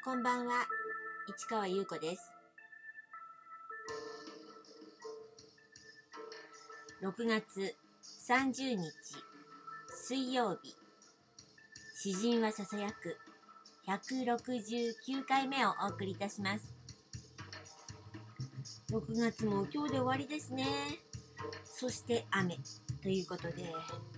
こんばんは、市川優子です。6月30日水曜日、詩人はささやく169回目をお送りいたします。6月も今日で終わりですね。そして雨ということで、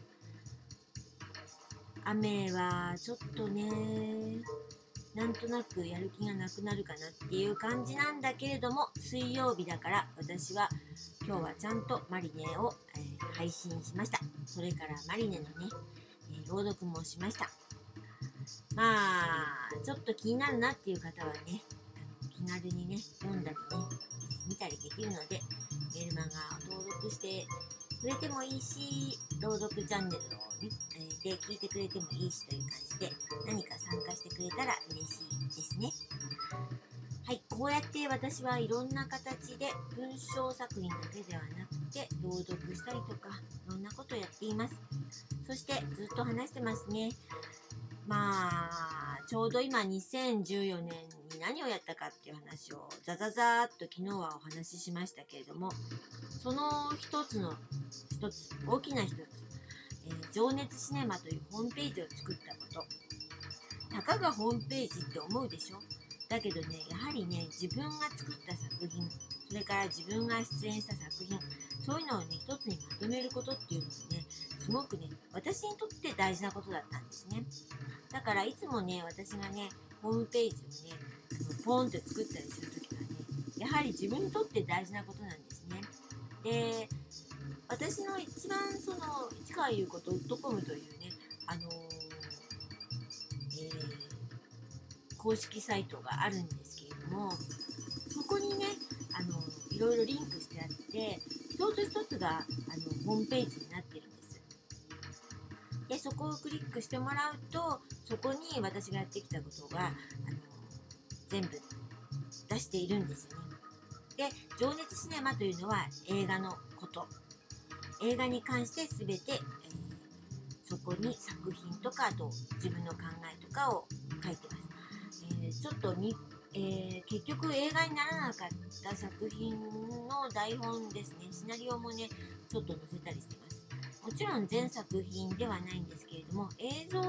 雨はちょっとね、なんとなくやる気がなくなるかなっていう感じなんだけれども、水曜日だから私は今日はちゃんとマリネを、配信しました。それからマリネのね、朗読もしました。まあちょっと気になるなっていう方はね、気軽にね読んだりね、見たりできるので、メルマガを登録してくれてもいいし、朗読チャンネルをね、で聞いてくれてもいいしという感じで、何か参加してくれたら嬉しいですね。はい、こうやって私はいろんな形で文章作品だけではなくて朗読したりとか、いろんなことをやっています。そしてずっと話してますね。まあちょうど今2014年に何をやったかっていう話をザザザーっと昨日はお話ししましたけれども、その一つ大きな一つ、情熱シネマというホームページを作ったこと。たかがホームページって思うでしょ。だけどね、やはりね、自分が作った作品、それから自分が出演した作品、そういうのをね、一つにまとめることっていうのはね、すごくね、私にとって大事なことだったんですね。だからいつもね、私がね、ホームページをね、ポーンって作ったりするときはね、やはり自分にとって大事なことなんですね。で、私の一番市川優子.com というね、公式サイトがあるんですけれども、そこにね、いろいろリンクしてあって、一つ一つがホームページになってるんです。で、そこをクリックしてもらうと、そこに私がやってきたことが全部出しているんですよね。で、情熱シネマというのは映画のこと、映画に関して全て、そこに作品とか、あと自分の考えとかを書いてます。ちょっと結局映画にならなかった作品の台本ですね、シナリオもねちょっと載せたりしてます。もちろん全作品ではないんですけれども、映像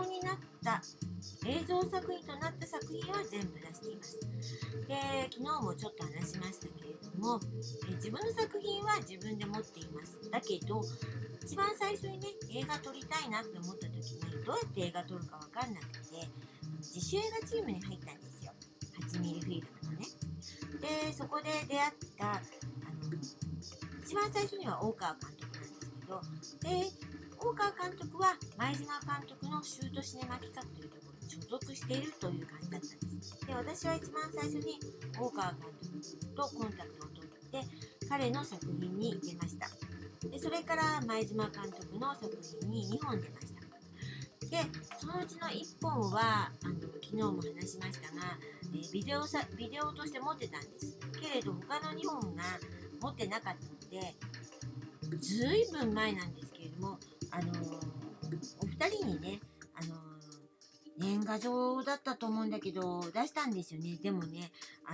作品となった作品は全部出しています。で、昨日もちょっと話しましたけれども、自分の作品は自分で持っています。だけど一番最初にね、映画撮りたいなって思った時にどうやって映画撮るか分かんなくて、自主映画チームに入ったんですよ。8ミリフィルムのね。で、そこで出会った一番最初には大川監督なんですけど、で、大川監督は前島監督のシュートシネマ企画というところに所属しているという感じだったんです。で、私は一番最初に大川監督とコンタクトを取って彼の作品に出ました。で、それから前島監督の作品に2本出ました。で、そのうちの1本は昨日も話しましたが、ビデオとして持ってたんですけれど、他の2本が持ってなかったので、ずいぶん前なんですけれども、お二人にね、年賀状だったと思うんだけど出したんですよね。でもね、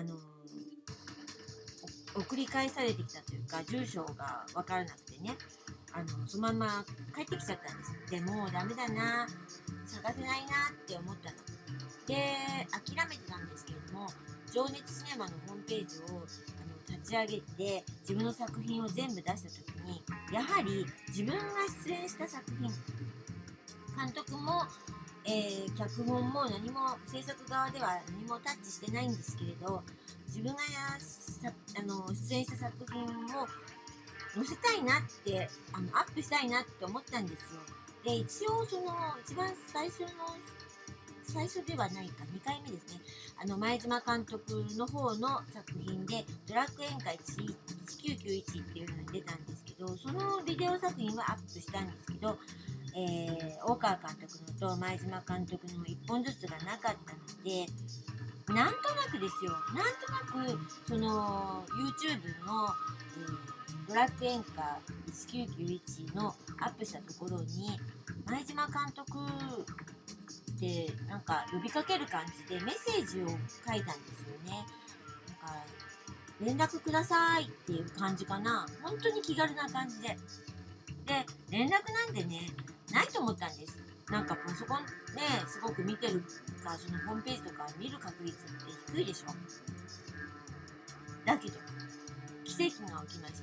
送り返されてきたというか、住所が分からなくてね、そのまま帰ってきちゃったんです。でもダメだな、探せないなって思ったので、諦めてたんですけれども、情熱シネマのホームページを立ち上げて自分の作品を全部出した時に、やはり自分が出演した作品、監督も、脚本も何も制作側では何もタッチしてないんですけれど、自分が出演した作品を載せたいなって、アップしたいなって思ったんですよ。で、一応一番最初ではないか、2回目ですね。前島監督の方の作品で、ドラッグ宴会1991っていうのに出たんですけど、そのビデオ作品はアップしたんですけど、大川監督のと前島監督の1本ずつがなかったので、なんとなくですよ、なんとなくYouTube の、ドラッグ演歌1991のアップしたところに前島監督ってなんか呼びかける感じでメッセージを書いたんですよね。なんか連絡くださいっていう感じかな。本当に気軽な感じで。で、連絡なんてね、ないと思ったんです。なんかパソコンですごく見てるか、そのホームページとか見る確率って低いでしょ。だけど、奇跡が起きました。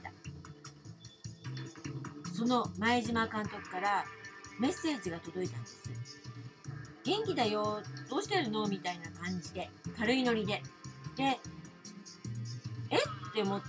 その前島監督からメッセージが届いたんです。元気だよ、どうしてるのみたいな感じで、軽いノリで。で、って思って、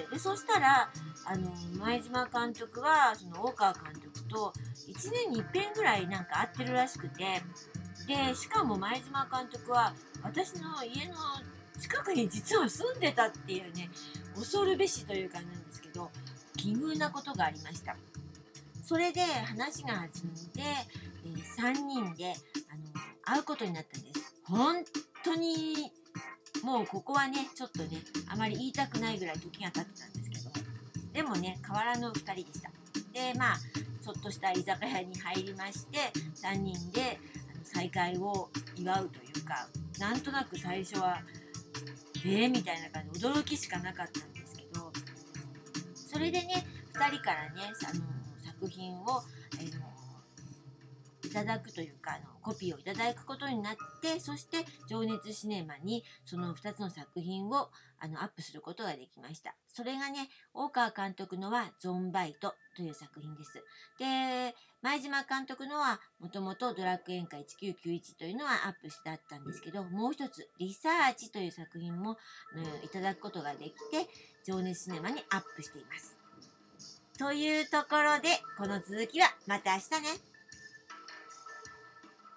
で、そしたら、前島監督は、その大川監督と1年に一遍ぐらいなんか会ってるらしくて、で、しかも前島監督は、私の家の近くに実は住んでたっていうね、恐るべしというかなんですけど、奇遇なことがありました。それで話が弾んで、3人で会うことになったんです。本当にもうここはねちょっとねあまり言いたくないぐらい時が経ってたんですけど、でもね変わらぬ2人でした。でまあちょっとした居酒屋に入りまして、3人で再会を祝うというか、なんとなく最初はみたいな感じで驚きしかなかったんですけど、それでね2人からね作品を、いただくというかコピーをいただくことになって、そして情熱シネマにその2つの作品をアップすることができました。それがね大川監督のはゾンバイトという作品です。で前島監督のはもともとドラッグ演歌1991というのはアップしてあったんですけど、もう一つリサーチという作品も、いただくことができて情熱シネマにアップしています。というところでこの続きはまた明日ね。